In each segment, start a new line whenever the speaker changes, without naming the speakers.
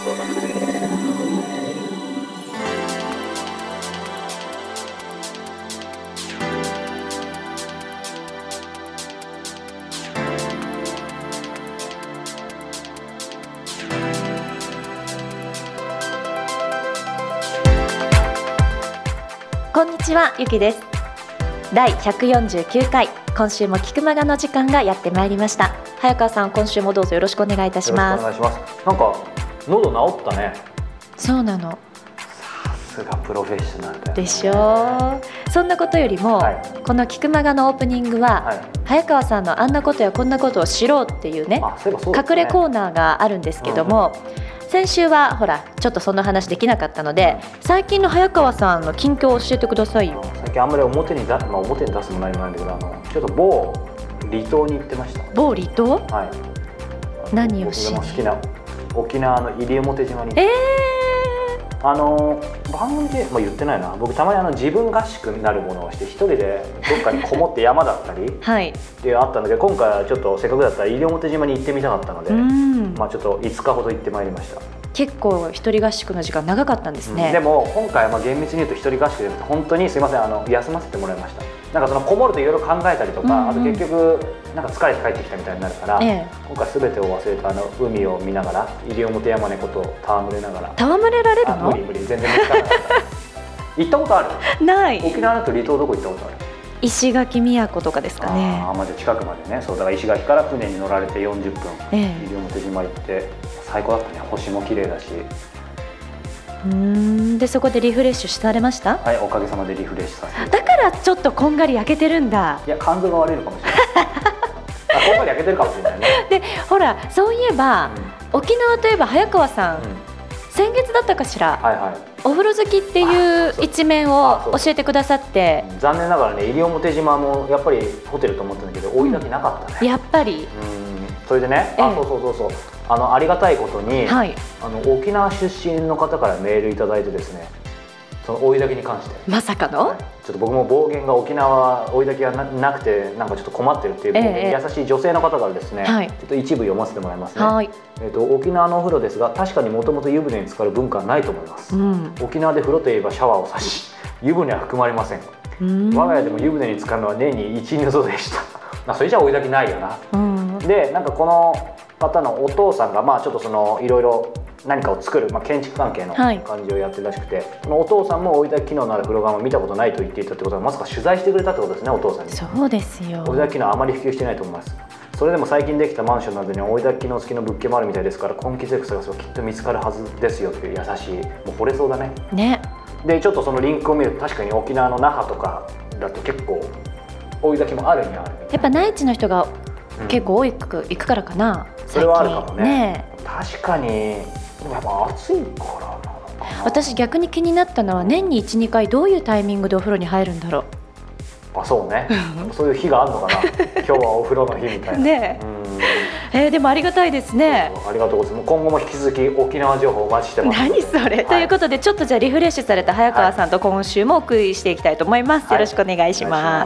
こんにちは、ゆきです。第149回、今週も聞くまがの時間がやってまいりました。早川さん、今週もどうぞよろしくお願いいたします。
よろしくお願いします。なんか喉治ったね。
そうなの。
さすがプロフェッショナルだよね。
でしょう。そんなことよりも、
はい、
この聞くまがのオープニングは、はい、早川さんのあんなことやこんなことを知ろうっていうね、隠れコーナーがあるんですけども、先週はほらちょっとそんな話できなかったので、最近の早川さんの近況を教えてくださいよ。
最近あんまり表に出すもないんだけど、ちょっと某離島に行ってました。
某離島？
はい。
何をしに？
僕が好きな沖縄の西表島に。番組で、言ってないな。僕たまに自分合宿になるものをして一人でどっかにこもって山だったりってあったんだけど、今回はちょっとせっかくだったら西表島に行ってみたかったので、ちょっと5日ほど行ってまいりました。
結構一人合宿の時間長かったんですね。
でも今回は厳密に言うと一人合宿で本当にすいません、休ませてもらいました。なんかそのこもるといろいろ考えたりとか、あと結局なんか疲れて帰ってきたみたいになるから、今回全てを忘れた海を見ながら、西表山猫と戯れながら。
戯れられるの？
無理全然見つからなかった行ったことある？ない。沖縄だと離島どこ行ったことある？
石垣宮古とかですかね。
まず近くまでね。そうだから石垣から船に乗られて40分、西表島行って最高だったね。星も綺麗だし。
でそこでリフレッシュされました？
はい、おかげさまでリフレッシュさせて。
だからちょっとこんがり焼けてるんだ。
いや、肝臓が悪いのかもしれないこんがり焼けてるかもしれないね。
でほら、そういえば、沖縄といえば早川さん、先月だったかしら、お風呂好きっていう一面を教えてくださって、
残念ながらね、西表島もやっぱりホテルと思ったんだけど追い焚きなかったね。
やっぱり
それでね、そうありがたいことに、沖縄出身の方からメールいただいてですね、その追い焚きに関して
まさかの、
ちょっと僕も暴言が沖縄追い焚きが なくてなんかちょっと困ってるっていう暴言、優しい女性の方からですね、ちょっと一部読ませてもらいますね。沖縄のお風呂ですが、確かにもともと湯船に浸かる文化はないと思います。沖縄で風呂といえばシャワーを指し、湯船は含まれません。我が家でも湯船に浸かるのは年に 1,2 度でしたそれじゃ追い焚きないよな。でなんかこの方のお父さんがちょっといろいろ何かを作る、建築関係の感じをやってるらしくて、そのお父さんも追い焚き機能のある風呂釜を見たことないと言っていたってことは、まさか取材してくれたってことですね、お父さんに。
そうですよ。
追い焚き機能はあまり普及してないと思います。それでも最近できたマンションなどに追い焚き機能付きの物件もあるみたいですから、根気強く探せばきっと見つかるはずですよという優しい、もう惚れそうだね。でちょっとそのリンクを見ると、確かに沖縄の那覇とかだと結構追い焚きもあるにはある。
やっぱ内地の人が結構多く行くからかな。
それはあるかもね。確かに。でもやっぱ暑いからなのかな。
私逆に気になったのは、年に 1,2 回どういうタイミングでお風呂に入るんだろう。
そうねそういう日があるのかな今日はお風呂の日みたいなね。
でもありがたいですね。
ありがとうございます。今後も引き続き沖縄情報お待ちしてます。
何それ、ということでちょっとじゃあリフレッシュされた早川さんと今週もお送りしていきたいと思います。よろしくお願いします。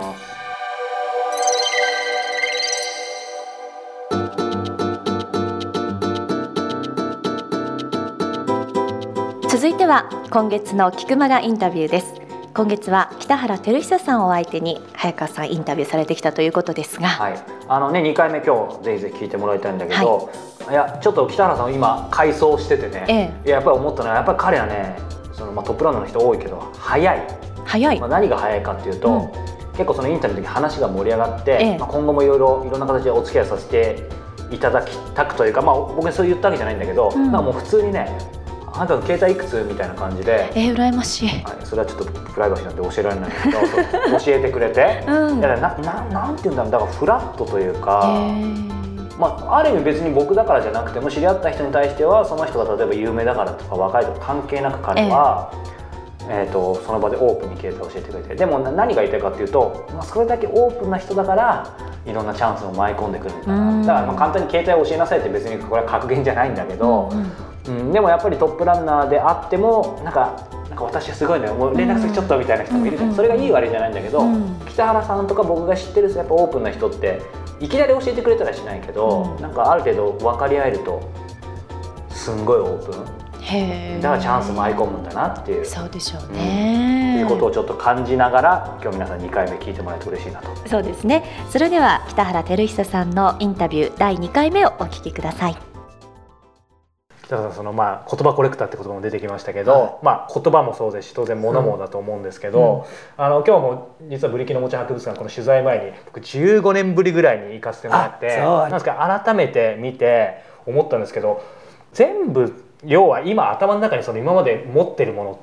続いては今月の聞くまがインタビューです。今月は北原照久さんを相手に早川さんインタビューされてきたということですが、
2回目今日ぜひぜひ聞いてもらいたいんだけど、いやちょっと北原さんを今回想しててね、やっぱり思ったのは、やっぱり彼はね、トップランナーの人多いけど早い。何が早いかっていうと、結構そのインタビューの時話が盛り上がって、今後もいろんな形でお付き合いさせていただきたくというか、僕にそう言ったわけじゃないんだけど、もう普通にね、あなたの携帯いくつみたいな感じで、
羨ましい。
それはちょっとプライバシーなんで教えられないんだけど教えてくれて、なんていうんだろう、だからフラットというか、ある意味別に僕だからじゃなくても、知り合った人に対してはその人が例えば有名だからとか若いとか関係なく、彼は、その場でオープンに携帯を教えてくれて、でも何が言いたいかっていうと、それだけオープンな人だからいろんなチャンスを舞い込んでくるみたいな。だから簡単に携帯を教えなさいって別にこれは格言じゃないんだけど、でもやっぱりトップランナーであってもなんか私はすごいね、もう連絡先ちょっとみたいな人もいるじゃん。それがいい悪いじゃないんだけど、北原さんとか僕が知ってるやっぱオープンな人っていきなり教えてくれたらしないけど、なんかある程度分かり合えるとすんごいオープン。 だからチャンス舞い込むんだなっていう。
そうでしょうね、
っていうことをちょっと感じながら今日皆さん2回目聞いてもらえて嬉しいなと。
そうですね。それでは北原照久さんのインタビュー第2回目をお聞きください。
北原さん、言葉コレクターって言葉も出てきましたけど、言葉もそうですし当然物もだと思うんですけど、今日も実はブリキのおもちゃ博物館この取材前に僕15年ぶりぐらいに行かせてもらって、なんですか改めて見て思ったんですけど、全部要は今頭の中にその今まで持ってるものって、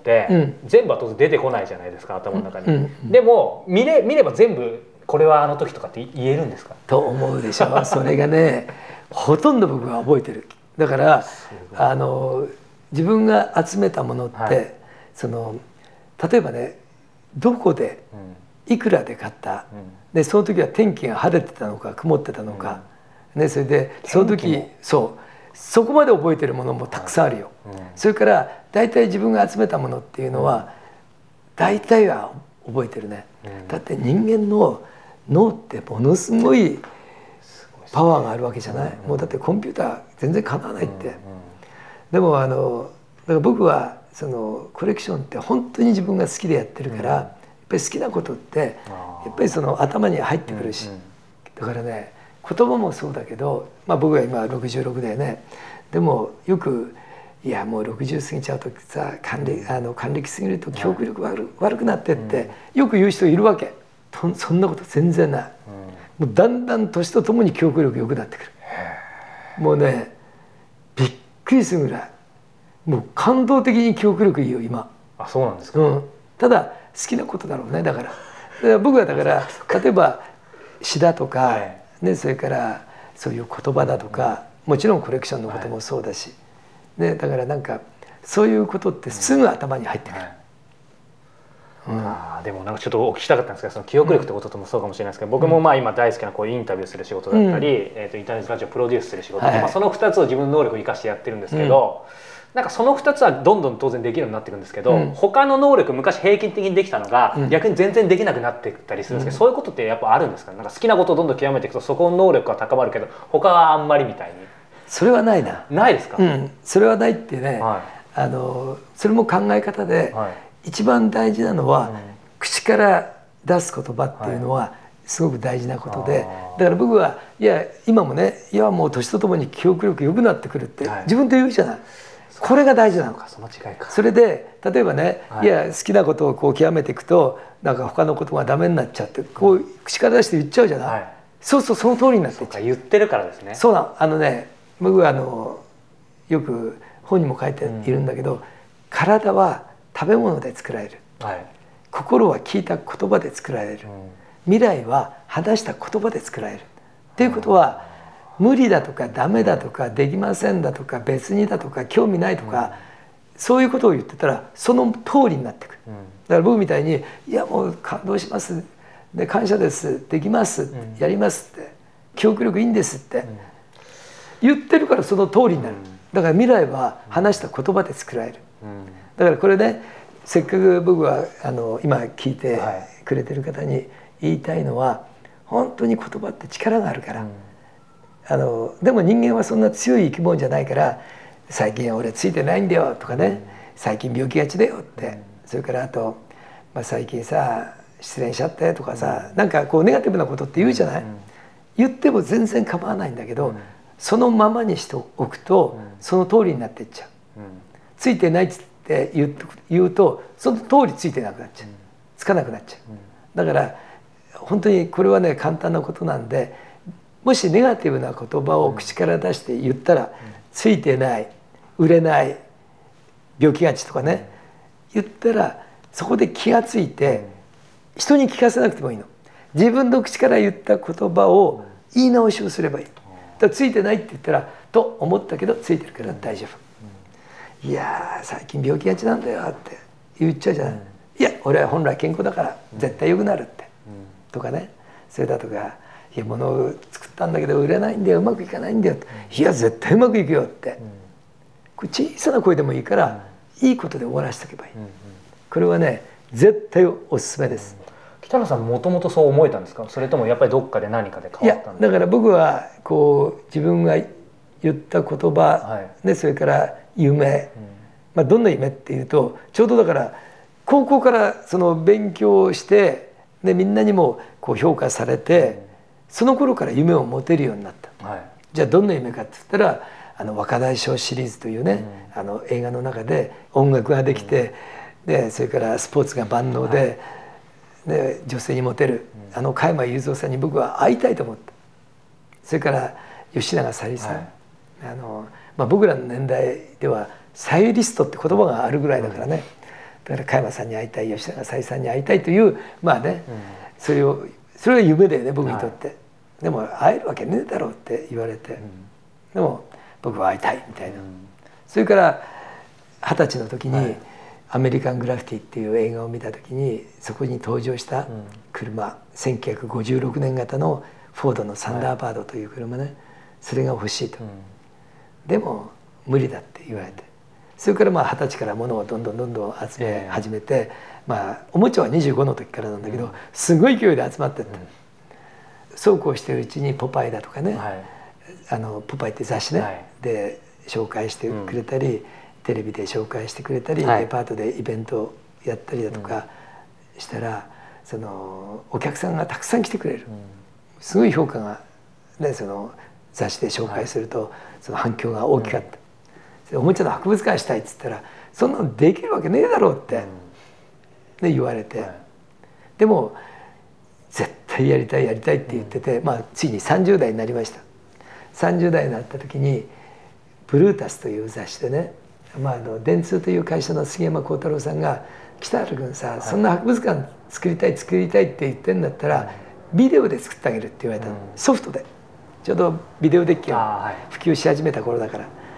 全部は当然出てこないじゃないですか、頭の中に。でも見れば全部これはあの時とかって言えるんですか？
と思うでしょ。それがねほとんど僕は覚えてる。だから自分が集めたものって、例えばねどこでいくらで買った、でその時は天気が晴れてたのか曇ってたのか、それでその時そこまで覚えてるものもたくさんあるよ。それから大体自分が集めたものっていうのは大体は覚えてるね。だって人間の脳ってものすごいパワーがあるわけじゃない。もうだってコンピューター全然かなわないって。でもだから僕はそのコレクションって本当に自分が好きでやってるから、やっぱり好きなことってやっぱりその頭に入ってくるし、だからね言葉もそうだけど、僕は今66だよね。でもよくいやもう60過ぎちゃうとさ還暦過ぎると記憶力悪くなってってよく言う人いるわけ。そんなこと全然ない。もうだんだん年とともに記憶力良くなってくる。もうねびっくりするぐらいもう感動的に記憶力いいよ今。
あ、そうなんですか。
ただ好きなことだろうね。だから僕はだから例えば詩だとか、それからそういう言葉だとか、もちろんコレクションのこともそうだし、だからなんかそういうことってすぐ頭に入ってくる。
でもなんかちょっとお聞きたかったんですけど、その記憶力ってことともそうかもしれないですけど、僕も今大好きなこうインタビューする仕事だったり、インターネットラジオプロデュースする仕事、その2つを自分の能力を生かしてやってるんですけど、なんかその2つはどんどん当然できるようになっていくんですけど、他の能力昔平均的にできたのが逆に全然できなくなっていったりするんですけど、そういうことってやっぱあるんですか？なんか好きなことをどんどん極めていくとそこの能力が高まるけど他はあんまりみたいに。
それはないな。
ないですか？
それはないってね、それも考え方で、一番大事なのは、口から出す言葉っていうのはすごく大事なことで、だから僕はいや今もねもう年とともに記憶力良くなってくるって自分で言うじゃない。これが大事なのか。それで例えばね、好きなことをこう極めていくとなんか他のことがダメになっちゃってこう口から出して言っちゃうじゃない。そうその通りになっていっちゃう。
言ってるからですね。
そうなの。僕はよく本にも書いているんだけど、体は食べ物で作られる、心は聞いた言葉で作られる、未来は話した言葉で作られるっていうことは、無理だとかダメだとかできませんだとか別にだとか興味ないとか、そういうことを言ってたらその通りになってくる。だから僕みたいにいやもう感動しますで感謝ですできますやりますって記憶力いいんですって言ってるからその通りになる。だから未来は話した言葉で作られる。だからこれね、せっかく僕は今聞いてくれてる方に言いたいのは、本当に言葉って力があるから、でも人間はそんな強い生き物じゃないから、最近俺ついてないんだよとかね、最近病気がちだよって、それからあと、最近さ失恋しちゃってとかさ、なんかこうネガティブなことって言うじゃない。言っても全然構わないんだけど、そのままにしておくとその通りになっていっちゃう。ついてないって言うとその通りついてなくなっちゃう、つかなくなっちゃう。だから本当にこれはね簡単なことなんで、もしネガティブな言葉を口から出して言ったら、ついてない、売れない、病気がちとかね言ったら、そこで気がついて人に聞かせなくてもいいの。自分の口から言った言葉を言い直しをすればいい。だからついてないって言ったらと思ったけどついてるから大丈夫。いや最近病気がちなんだよって言っちゃうじゃない。いや俺は本来健康だから絶対良くなるって、とかね。それだとか、いや物を作ったんだけど売れないんだよ、うまくいかないんだよって、いや絶対うまくいくよって、これ小さな声でもいいからいいことで終わらせておけばいい。これはね絶対おすすめです。
北野さんもともとそう思えたんですか？それともやっぱりどっかで何かで変わったんですか？
だから僕はこう自分が言った言葉、それから夢、 まあ、どんな夢っていうとちょうどだから高校からその勉強をしてでみんなにもこう評価されてその頃から夢を持てるようになった、はい、じゃあどんな夢かって言ったら若大将シリーズというね、映画の中で音楽ができて、でそれからスポーツが万能で、で女性にモテる加山雄三さんに僕は会いたいと思った。それから吉永小百合さん、まあ、僕らの年代ではサユリストって言葉があるぐらいだからね、だから加山さんに会いたい、吉永小百合さんに会いたいというまあね、それが夢だよね僕にとって、でも会えるわけねえだろうって言われて、でも僕は会いたいみたいな、それから20歳の時にアメリカングラフィティっていう映画を見た時にそこに登場した車、1956年型のフォードのサンダーバードという車ね、それが欲しいと、でも無理だって言われて、それからまあ20歳から物をどんどん集め始めて、まあおもちゃは25の時からなんだけどすごい勢いで集まってった、そうこうしてるうちにポパイだとかね、ポパイって雑誌ね、で紹介してくれたり、テレビで紹介してくれたり、デパートでイベントをやったりだとかしたら、そのお客さんがたくさん来てくれる、すごい評価が、ね、その雑誌で紹介すると、その反響が大きかった、おもちゃの博物館したいっつったらそんなのできるわけねえだろうって、で言われて、でも絶対やりたいって言ってて、まあ、ついに30代になりました。30代になった時にブルータスという雑誌でね、まあ、電通という会社の杉山幸太郎さんが「北原君さ、そんな博物館作りたいって言ってんだったらビデオで作ってあげる」って言われたの、ソフトで。ちょうどビデオデッキが普及し始めた頃だから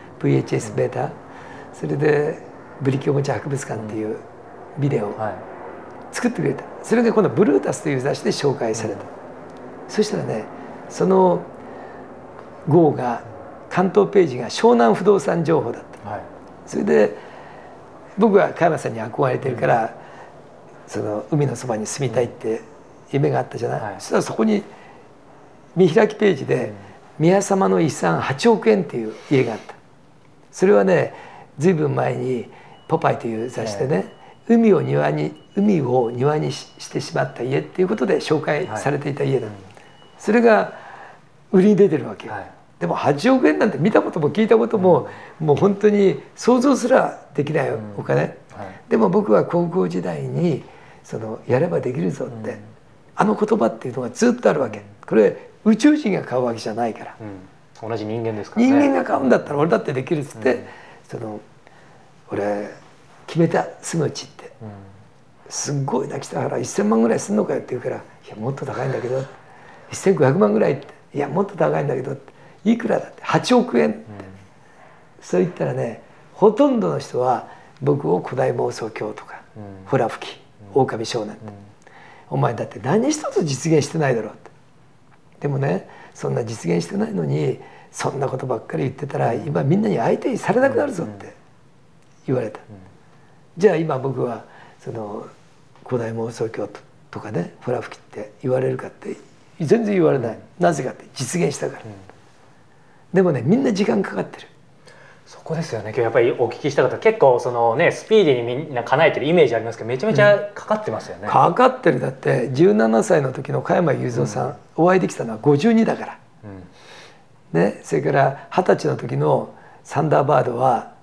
VHS ベータ、それでブリキおもちゃ博物館っていうビデオを作ってくれた。それが今度ブルータスという雑誌で紹介された、そしたらね、その号が関東ページが湘南不動産情報だった、それで僕は加山さんに憧れてるから、その海のそばに住みたいって夢があったじゃない、そしたらそこに見開きページで「宮様の遺産8億円」っていう家があった。それはね、ずいぶん前に「ポパイ」という雑誌でね、海を庭にしてしまった家っていうことで紹介されていた家だ。それが売りに出てるわけよ。でも8億円なんて見たことも聞いたことも、もう本当に想像すらできないお金、でも僕は高校時代にそのやればできるぞって、あの言葉っていうのがずっとあるわけ。これ宇宙人が買うわけじゃないから、
同じ人間ですからね。
人間が買うんだったら俺だってできるっつって、その俺決めたすぐうちって、すっごいな、北原1000万ぐらいすんのかよって言うから「いやもっと高いんだけど」1500万ぐらいって、いやもっと高いんだけどって、いくらだって8億円って、そう言ったらね、ほとんどの人は僕を古代妄想郷とか、ホラ吹き、狼少年って、お前だって何一つ実現してないだろうって。でもね、そんな実現してないのにそんなことばっかり言ってたら、今みんなに相手にされなくなるぞって言われた。じゃあ今僕はその古代妄想郷とかね、ホラ吹きって言われるかって全然言われない。なぜかって実現したから。でもね、みんな時間かかってる。
そこですよね。今日やっぱりお聞きした方、結構そのね、スピーディーにみんな叶えてるイメージありますけど、めちゃめちゃかかってますよね。
かかってる。だって17歳の時の加山雄三さん、お会いできたのは52だから、ね、それから20歳の時のサンダーバードは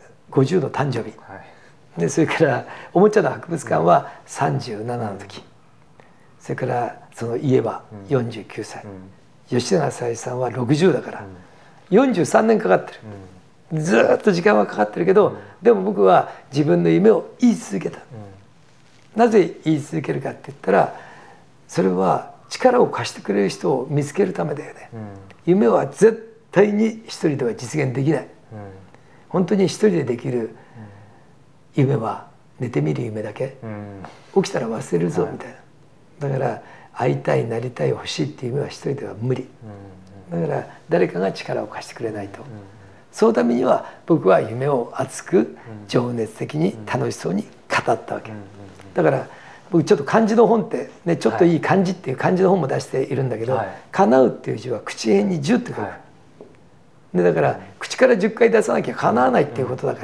50の誕生日、でそれからおもちゃの博物館は37の時、それからその家は49歳、吉永小百合さんは60だから、43年かかってる。ずっと時間はかかってるけど、でも僕は自分の夢を言い続けた。なぜ言い続けるかって言ったら、それは力を貸してくれる人を見つけるためだよね。夢は絶対に一人では実現できない。本当に一人でできる夢は寝てみる夢だけ、起きたら忘れるぞみたいな。だから会いたい、なりたい、欲しいっていう夢は一人では無理。だから誰かが力を貸してくれないと。そのためには僕は夢を熱く情熱的に楽しそうに語ったわけ。だから僕ちょっと漢字の本ってね、ちょっといい漢字っていう漢字の本も出しているんだけど、叶うっていう字は口辺に10って書く。でだから口から10回出さなきゃ叶わないっていうことだから。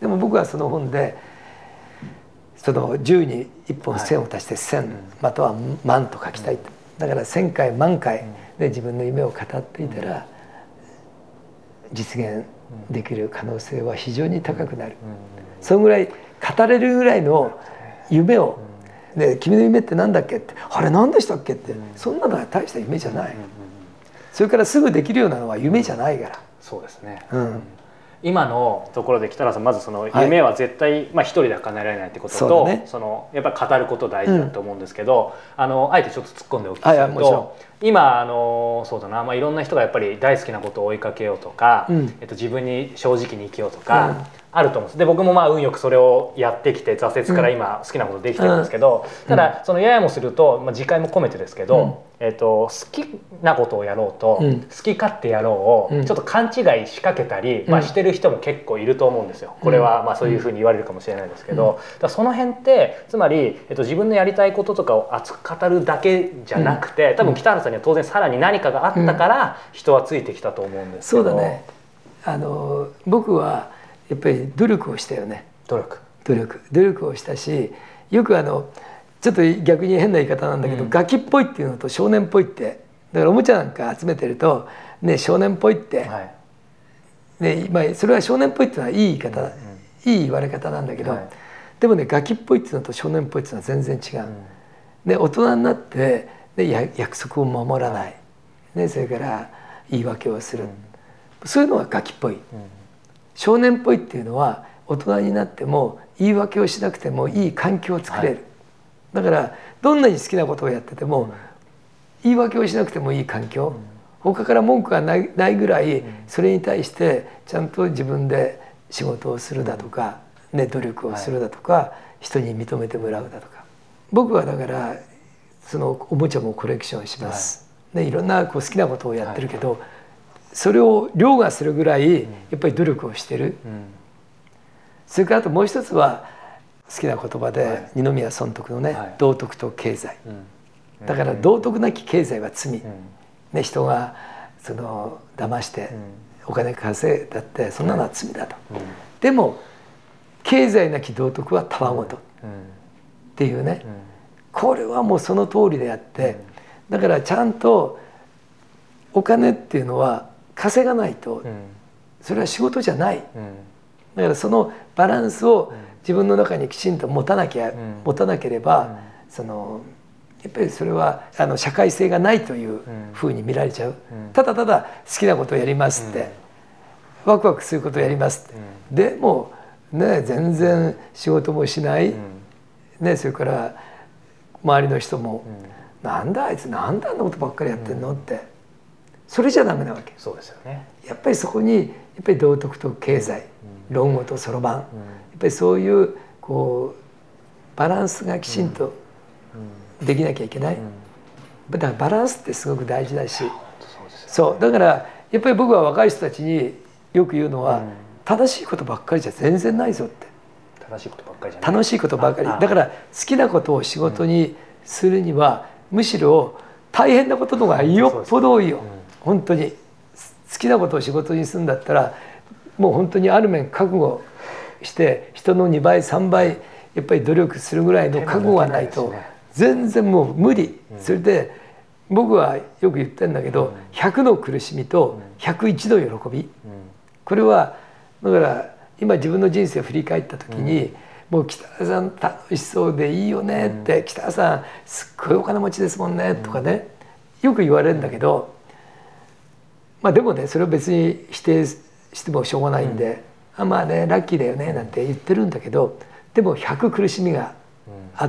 でも僕はその本でその10に1本線を足して1000、または万と書きたいと。だから1000回万回で自分の夢を語っていたら実現できる可能性は非常に高くなる。そのぐらい語れるぐらいの夢をで、君の夢って何だっけって、あれ何でしたっけって、そんなのは大した夢じゃない。それからすぐできるようなのは夢じゃないから。
そうですね。今のところで北原さん、まずその夢は絶対一人では叶えられないってことと、そのやっぱり語ること大事だと思うんですけど、あえてちょっと突っ込んでおきますと、今そうだな、いろんな人がやっぱり大好きなことを追いかけようとか、自分に正直に生きようとかあると思うんです。で、僕も運よくそれをやってきて挫折から今好きなことできてるんですけど、ただそのややもすると、自戒も込めてですけど、好きなことをやろうと、好き勝手やろうをちょっと勘違いしかけたり、してる人も結構いると思うんですよ。これはそういうふうに言われるかもしれないですけど、その辺ってつまり、自分のやりたいこととかを熱く語るだけじゃなくて、多分北原さんには当然さらに何かがあったから人はついてきたと思うんですけど。
そうだね。僕はやっぱり努力をしたよね。努力をしたし、よくちょっと逆に変な言い方なんだけど、ガキっぽいっていうのと少年っぽいって、だからおもちゃなんか集めてるとね、少年っぽいって、ね、それは少年っぽいっていうのはいい言い方、いい言われ方なんだけど、でもね、ガキっぽいっていうのと少年っぽいっていうのは全然違う。で、大人になって約束を守らない、ね、それから言い訳をする、そういうのはガキっぽい。少年っぽいっていうのは大人になっても言い訳をしなくてもいい環境を作れる。だからどんなに好きなことをやってても言い訳をしなくてもいい環境、他から文句がないぐらいそれに対してちゃんと自分で仕事をするだとか、ね、努力をするだとか、人に認めてもらうだとか。僕はだからそのおもちゃもコレクションします。いろんな好きなことをやってるけど、それを凌駕するぐらいやっぱり努力をしてる。それからあともう一つは好きな言葉で二宮尊徳のね、道徳と経済。だから道徳なき経済は罪。ね、人が騙してお金稼いだってそんなのは罪だと。でも経済なき道徳はたわごとっていうね、これはもうその通りであって、だからちゃんとお金っていうのは稼がないとそれは仕事じゃない。だからそのバランスを自分の中にきちんと持たなければ、やっぱりそれは社会性がないというふうに見られちゃう。ただただ好きなことをやりますって、ワクワクすることをやりますって、でもね、全然仕事もしない、ね、それから周りの人も「なんだあいつ、なんであんなことばっかりやってんの?」って、それじゃダメなわけ。
そうですよね。
やっぱりそこにやっぱり道徳と経済、論語とそろばん、やっぱりそういうバランスがきちんとできなきゃいけない。だからバランスってすごく大事だし、そうだからやっぱり僕は若い人たちによく言うのは、正しいことばっかりじゃ全然ないぞって。
正しいことばっかりじゃない。
楽しいことばっかり。だから好きなことを仕事にするには、むしろ大変なことの方がよっぽど多いよ。本当に好きなことを仕事にするんだったら、もう本当にある面覚悟して人の2倍3倍やっぱり努力するぐらいの覚悟がないと全然もう無理。それで僕はよく言ってるんだけど、100の苦しみと101の喜び、これはだから今自分の人生を振り返った時に、もう北原さん楽しそうでいいよねって、北原さんすっごいお金持ちですもんねとかね、よく言われるんだけど、でもね、それを別に否定してもしょうがないんで、まあねラッキーだよねなんて言ってるんだけど、でも100苦しみがあって、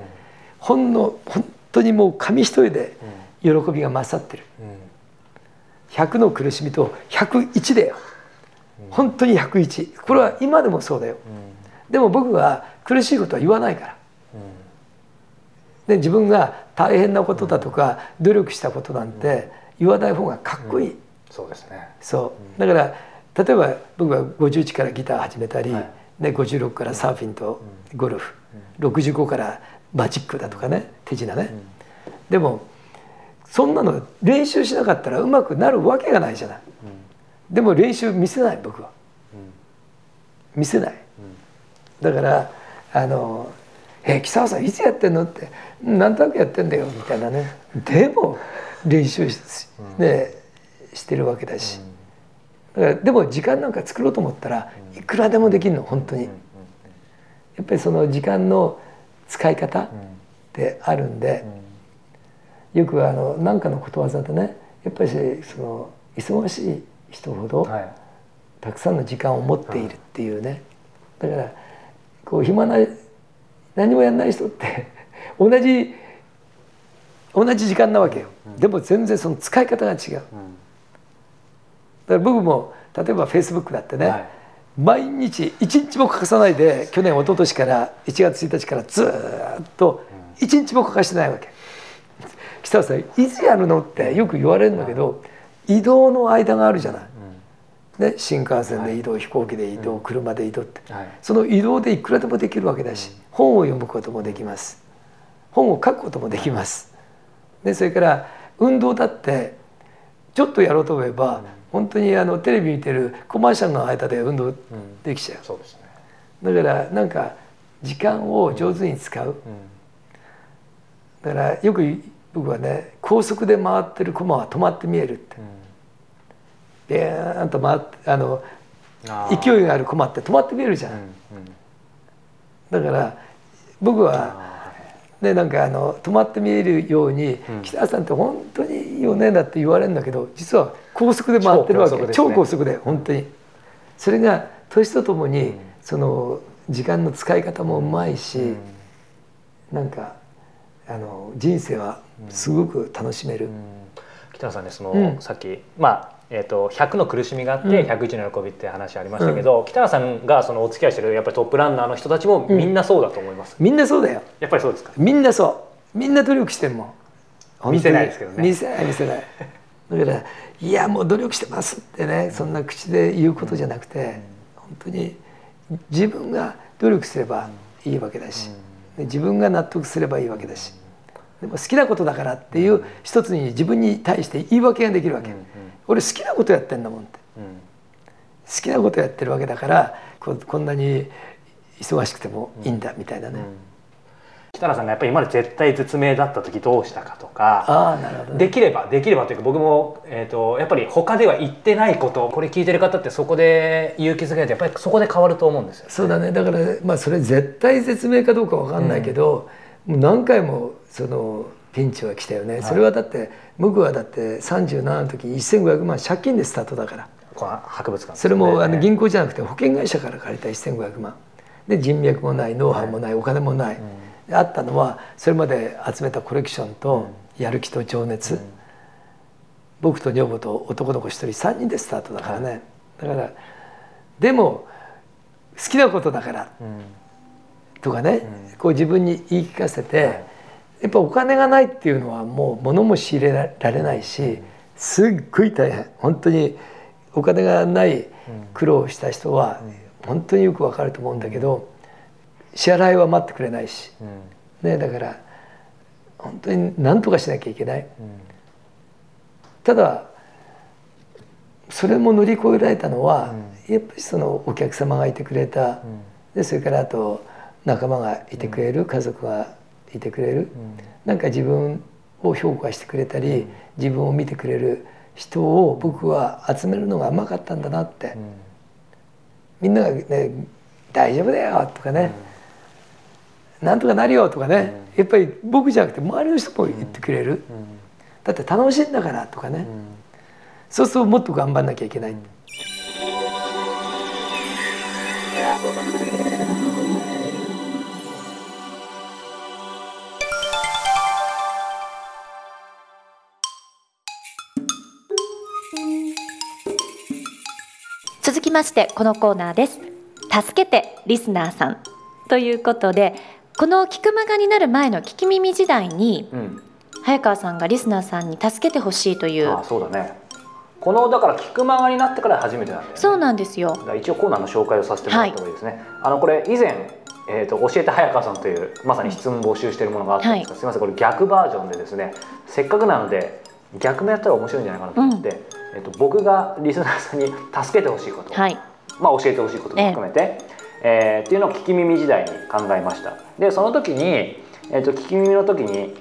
本当にもう紙一重で喜びが勝ってる。100の苦しみと101だよ。本当に101。これは今でもそうだよ。でも僕は苦しいことは言わないから。で、自分が大変なことだとか努力したことなんて言わない方がかっこいい。
そうですね。
そう。だから例えば僕は51からギター始めたり、56からサーフィンとゴルフ、65からマジックだとかね、手品ね。でもそんなの練習しなかったらうまくなるわけがないじゃない。でも練習見せない僕は。 見せない。だから北川さんいつやってんのってなんとなくやってんだよみたいなね。でも練習してるわけだし、だからでも時間なんか作ろうと思ったらいくらでもできるの本当に。やっぱりその時間の使い方ってあるんで、よく何かのことわざでね、やっぱりその忙しい人ほどたくさんの時間を持っているっていうね。だからこう暇な何もやんない人って同じ時間なわけよ。でも全然その使い方が違う。だから僕も例えばフェイスブックだってね、毎日1日も欠かさないで去年一昨年から1月1日からずっと1日も欠かしてないわけ。北川さんいつやるのってよく言われるんだけど、移動の間があるじゃない。ね、新幹線で移動、飛行機で移動、車で移動って、その移動でいくらでもできるわけだし、本を読むこともできます。本を書くこともできます。でそれから運動だってちょっとやろうと思えば、本当にテレビ見てるコマーシャルの間で運動できちゃう。そうですね。だからなんか時間を上手に使う。だからよく僕はね、高速で回ってるコマは止まって見えるって。ビーンと回って勢いがあるコマって止まって見えるじゃん。だから僕はね、なんか止まって見えるように「北川さんって本当にいいよね」だって言われるんだけど、実は高速で回ってるわけ。超高速で本当に。それが年とともにその時間の使い方もうまいし、なんか人生はすごく楽しめる。
北川さんね、さっき100の苦しみがあって101の喜びって話ありましたけど、北川さんがお付き合いしてるやっぱりトップランナーの人たちもみんなそうだと思います。
みんなそうだよ。
やっぱりそうですか。
みんなそう。みんな努力してるもん。
見せないですけどね。
見せない。だから「いやもう努力してます」ってね、そんな口で言うことじゃなくて、本当に自分が努力すればいいわけだし、自分が納得すればいいわけだし、でも好きなことだからっていう一つに自分に対して言い訳ができるわけ。俺好きなことやってんだもんって、好きなことやってるわけだからこんなに忙しくてもいいんだみたいなね。
北原さんがやっぱり今まで絶対絶命だった時どうしたかとか、
なるほどね、
できればというか、僕も、やっぱり他では言ってないこと、これ聞いてる方ってそこで勇気づけないとやっぱりそこで変わると思うんですよね。
そうだね。だからそれ絶対絶命かどうか分かんないけど、もう何回もそのピンチは来たよね。それはだって僕はだって37の時に1500万借金でスタートだから。
この博物館、
それも銀行じゃなくて保険会社から借りた1500万で、人脈もないノウハウもない、お金もない、あったのはそれまで集めたコレクションとやる気と情熱、僕と女房と男の子1人3人でスタートだからね。だからでも好きなことだからとかね、こう自分に言い聞かせて、やっぱお金がないっていうのはもう物も仕入れられないし、すっごい大変。本当にお金がない苦労をした人は本当によくわかると思うんだけど、支払いは待ってくれないし、ね、だから本当に何とかしなきゃいけない。ただそれも乗り越えられたのは、やっぱりそのお客様がいてくれた、でそれからあと仲間がいてくれる、家族がいてくれる、なんか自分を評価してくれたり、自分を見てくれる人を僕は集めるのが甘かったんだなって、みんながね「大丈夫だよ」とかね、なんとかなるよとかね、やっぱり僕じゃなくて周りの人も言ってくれる、だって楽しいんだからとかね、そうするともっと頑張んなきゃいけない。
続きましてこのコーナーです。助けてリスナーさんということで、この聞くまがになる前の聞き耳時代に、早川さんがリスナーさんに助けてほしいという。
そうだね。このだから聞くまがになってから初めてなんだよね。
そうなんですよ。
一応コーナーの紹介をさせてもらった方がいいですね。これ以前教えて早川さんというまさに質問募集しているものがあったんですが、すみません、これ逆バージョンでですね、せっかくなので逆もやったら面白いんじゃないかなと思って、僕がリスナーさんに助けてほしいこと、 教えてほしいことも含めて、っていうのを聞き耳時代に考えました。でその時に、聞き耳の時に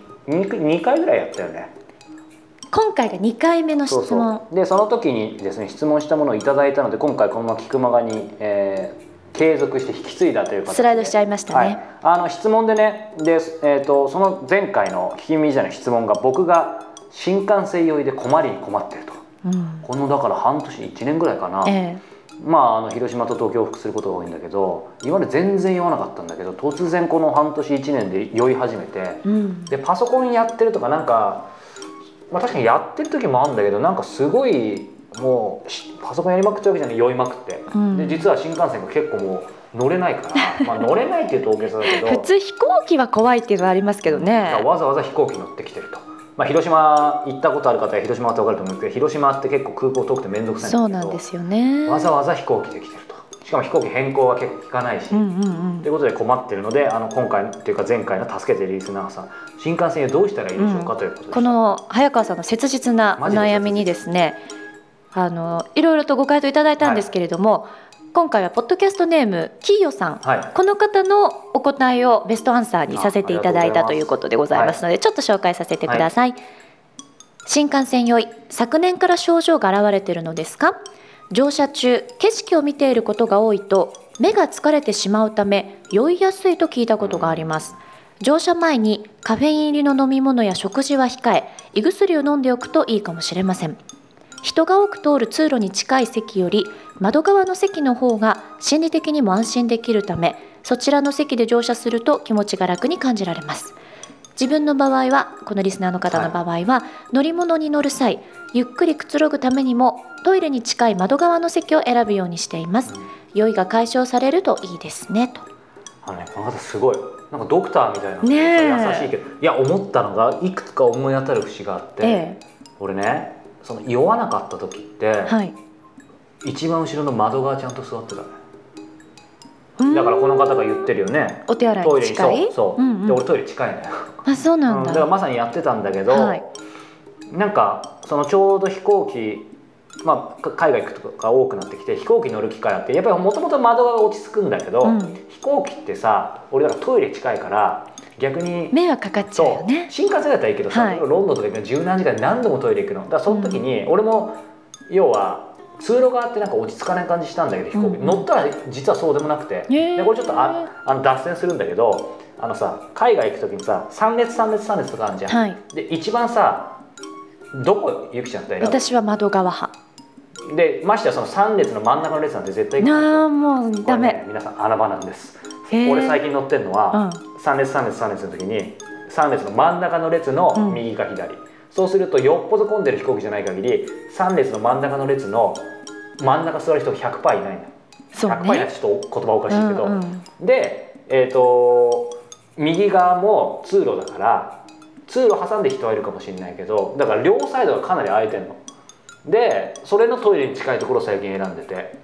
2回ぐらいやったよね。
今回が2回目の質問。
そうそうでその時にですね、質問したものをいただいたので、今回このまま聞くまがに、継続して引き継いだという形で
スライドしちゃいましたね。
質問でね、で、その前回の聞き耳時代の質問が、僕が新幹線酔いで困りに困っていると、このだから半年1年ぐらいかな、広島と東京を往復することが多いんだけど、今まで全然酔わなかったんだけど、突然この半年1年で酔い始めて、でパソコンやってるとかなんか、確かにやってる時もあるんだけど、なんかすごいもうパソコンやりまくってるわけじゃない、酔いまくって、で実は新幹線が結構もう乗れないから、乗れないっていうと大げさだけど
普通飛行機は怖いっていうのはありますけどね、
わざわざ飛行機乗ってきてると。広島行ったことある方は広島って分かると思うんですけど、広島って結構空港遠くて面倒くさいんだけど、
そうなんですよね。
わざわざ飛行機で来てると。しかも飛行機変更は結構効かないし、ということで困ってるので、今回っていうか前回の助けてるリスナーさん、新幹線どうしたらいいでしょうか、ということです。
この早川さんの切実なお悩みにですね、いろいろとご回答いただいたんですけれども、今回はポッドキャストネームキーヨさん、この方のお答えをベストアンサーにさせていただいたということでございますので、ちょっと紹介させてください。新幹線酔い、昨年から症状が現れているのですか？乗車中景色を見ていることが多いと目が疲れてしまうため酔いやすいと聞いたことがあります。乗車前にカフェイン入りの飲み物や食事は控え、胃薬を飲んでおくといいかもしれません。人が多く通る通路に近い席より窓側の席の方が心理的にも安心できるため、そちらの席で乗車すると気持ちが楽に感じられます。自分の場合は、このリスナーの方の場合は、乗り物に乗る際ゆっくりくつろぐためにもトイレに近い窓側の席を選ぶようにしています。酔いが解消されるといいですねと。
この方すごいなんかドクターみたいな、優しいけど、いや思ったのがいくつか思い当たる節があって、俺ね、その酔わなかった時って、一番後ろの窓側ちゃんと座ってたね。だからこの方が言ってるよね、
お手洗いに近い、
で俺トイレ近いのよ。
あ、そうなんだ。
だからまさにやってたんだけど、なんかそのちょうど飛行機、海外行くとか多くなってきて飛行機乗る機会あって、やっぱりもともと窓側が落ち着くんだけど、飛行機ってさ、俺だからトイレ近いから逆に
迷惑かかっちゃうよね。
新幹線だったらいいけどさ、ロンドンとか行くの十何時間で何度もトイレ行くの。だからその時に俺も要は通路側ってなんか落ち着かない感じしたんだけど、飛行機乗ったら実はそうでもなくて、でこれちょっと脱線するんだけど、海外行く時にさ、3列とかあるじゃん、で一番さ、どこゆきちゃんって選ぶ？
私は窓側派
で、ましてやその3列の真ん中の列なんて絶対行かない。
もうダメ、
皆さん穴場なんです。俺最近乗ってるのは、3列の時に3列の真ん中の列の右か左、そうするとよっぽど混んでる飛行機じゃない限り3列の真ん中の列の真ん中座る人が 100% いないんだよ。100% いないってちょっと言葉おかしいけど、で右側も通路だから、通路挟んで人はいるかもしれないけど、だから両サイドがかなり空いてるので、それのトイレに近いところを最近選んでて、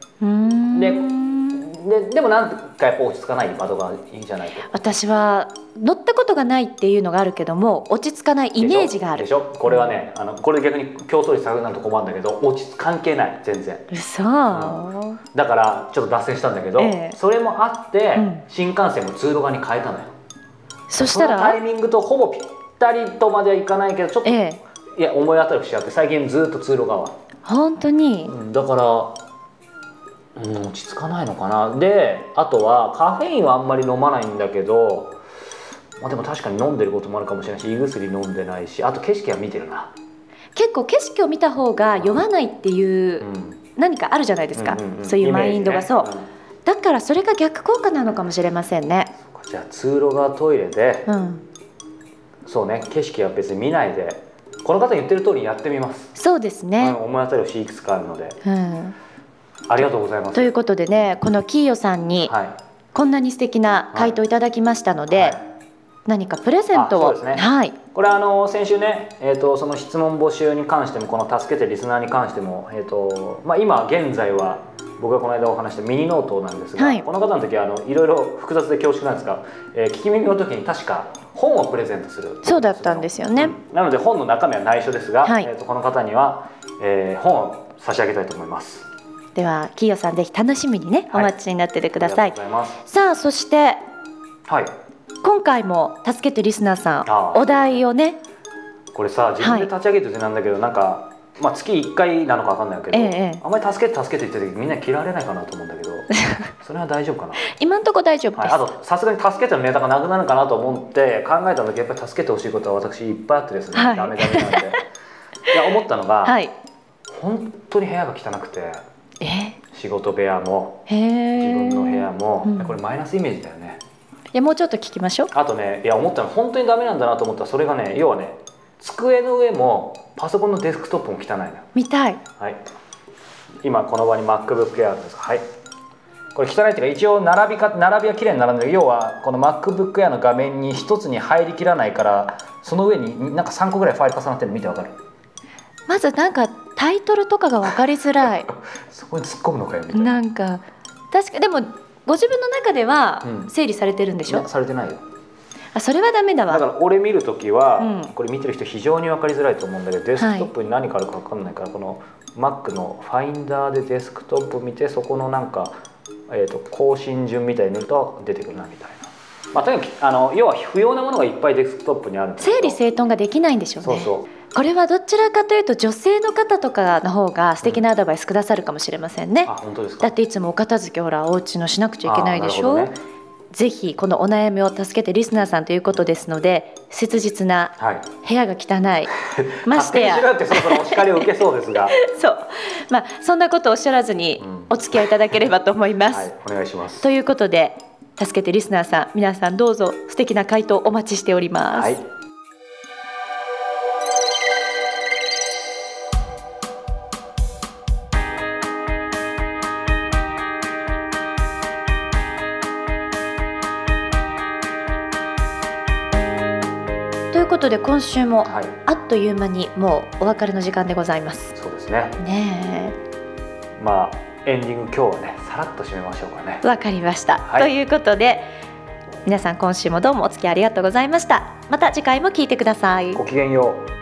でもなんかやっぱ落ち着かない、窓がいいじゃないと。
私は乗ったことがないっていうのがあるけども、落ち着かないイメージがある
でしょ。これはね、これ逆に競争率下がるなんと困るんだけど、関係ない、全然。
嘘、
だからちょっと脱線したんだけど、それもあって、新幹線も通路側に変えたのよ。
そしたら
そのタイミングとほぼぴったりとまではいかないけど、ちょっと、いや思い当たる節あって、最近ずっと通路側。
本当に、
だから落ち着かないのかな。であとはカフェインはあんまり飲まないんだけど、でも確かに飲んでることもあるかもしれないし、胃薬飲んでないし、あと景色は見てるな。
結構景色を見た方が酔わないっていう何かあるじゃないですか、そういうマインドが。そう、だからそれが逆効果なのかもしれませんね。
じゃあ通路側トイレで、そうね、景色は別に見ないで、この方言ってる通りにやってみます。
そうですね、
思い当たる節いくつかあるので、ありがとうございます。
ということでね、このキーヨさんにこんなに素敵な回答いただきましたので、何かプレゼントを。
そうですね、これ先週ね、その質問募集に関しても、この助けてリスナーに関しても、今現在は僕がこの間お話したミニノートなんですが、この方の時はいろいろ複雑で恐縮なんですが、聞き耳の時に確か本をプレゼントする。
そうだったんですよね。
なので本の中身は内緒ですが、この方には、本を差し上げたいと思います。
ではキーヨさんぜひ楽しみにねお待ちになっててください。
ありがとうございます。
さあそして、
はい、
今回も助けてリスナーさんお題をね、
これさ自分で立ち上げててなんだけど、なんか、まあ、月1回なのか分かんないけど、あんまり助けて言ってる時みんな嫌われないかなと思うんだけどそれは大丈夫かな。
今んとこ大丈夫です。
あとさすがに助けてのネタがなくなるかなと思って考えた時、やっぱり助けてほしいことは私いっぱいあってですね、ダメなんでいや思ったのが、本当に部屋が汚くて、仕事部屋も自分の部屋も、これマイナスイメージだよね。
いやもうちょっと聞きましょう。
あとね、いや思ったの本当にダメなんだなと思ったら、それがね、要はね、机の上もパソコンのデスクトップも汚いのよ。
見たい。
はい、今この場に MacBook Air です。はい、これ汚いっていうか、一応並びは綺麗に並んでる。要はこの MacBook Air の画面に一つに入りきらないから、その上になんか3個ぐらいファイル重なってるの見てわかる？
まずなんかタイトルとかが分かりづらい
そこに突っ込むのかよみたいな。
なんか確かでもご自分の中では整理されてるんでしょ？
されてないよ。
それはダメだわ。
だから俺見るときは、これ見てる人非常に分かりづらいと思うんだけど、デスクトップに何かあるか分かんないから、この Mac のファインダーでデスクトップ見て、そこのなんか、更新順みたいに塗ると出てくるなみたいな。まあ、とにかく要は不要なものがいっぱいデスクトップにあるんだけど、
整理整頓ができないんでしょうね。これはどちらかというと女性の方とかの方が素敵なアドバイスくださるかもしれませんね。
本当ですか？
だっていつもお片付けおうちのしなくちゃいけないでしょ。ぜひこのお悩みを助けてリスナーさんということですので、切実な部屋が汚い、ましてや
勝手にしろってそろそろお叱りを受けそうですが
そう、そんなことをおっしゃらずにお付き合いいただければと思います。
お願いします。
ということで、助けてリスナーさん、皆さんどうぞ素敵な回答お待ちしております。ということで今週もあっという間にもうお別れの時間でございます。
そうですね。エンディング今日はね、さらっと締めましょうかね。
わかりました、ということで皆さん今週もどうもお付き合いありがとうございました。また次回も聞いてください。
ごきげんよう。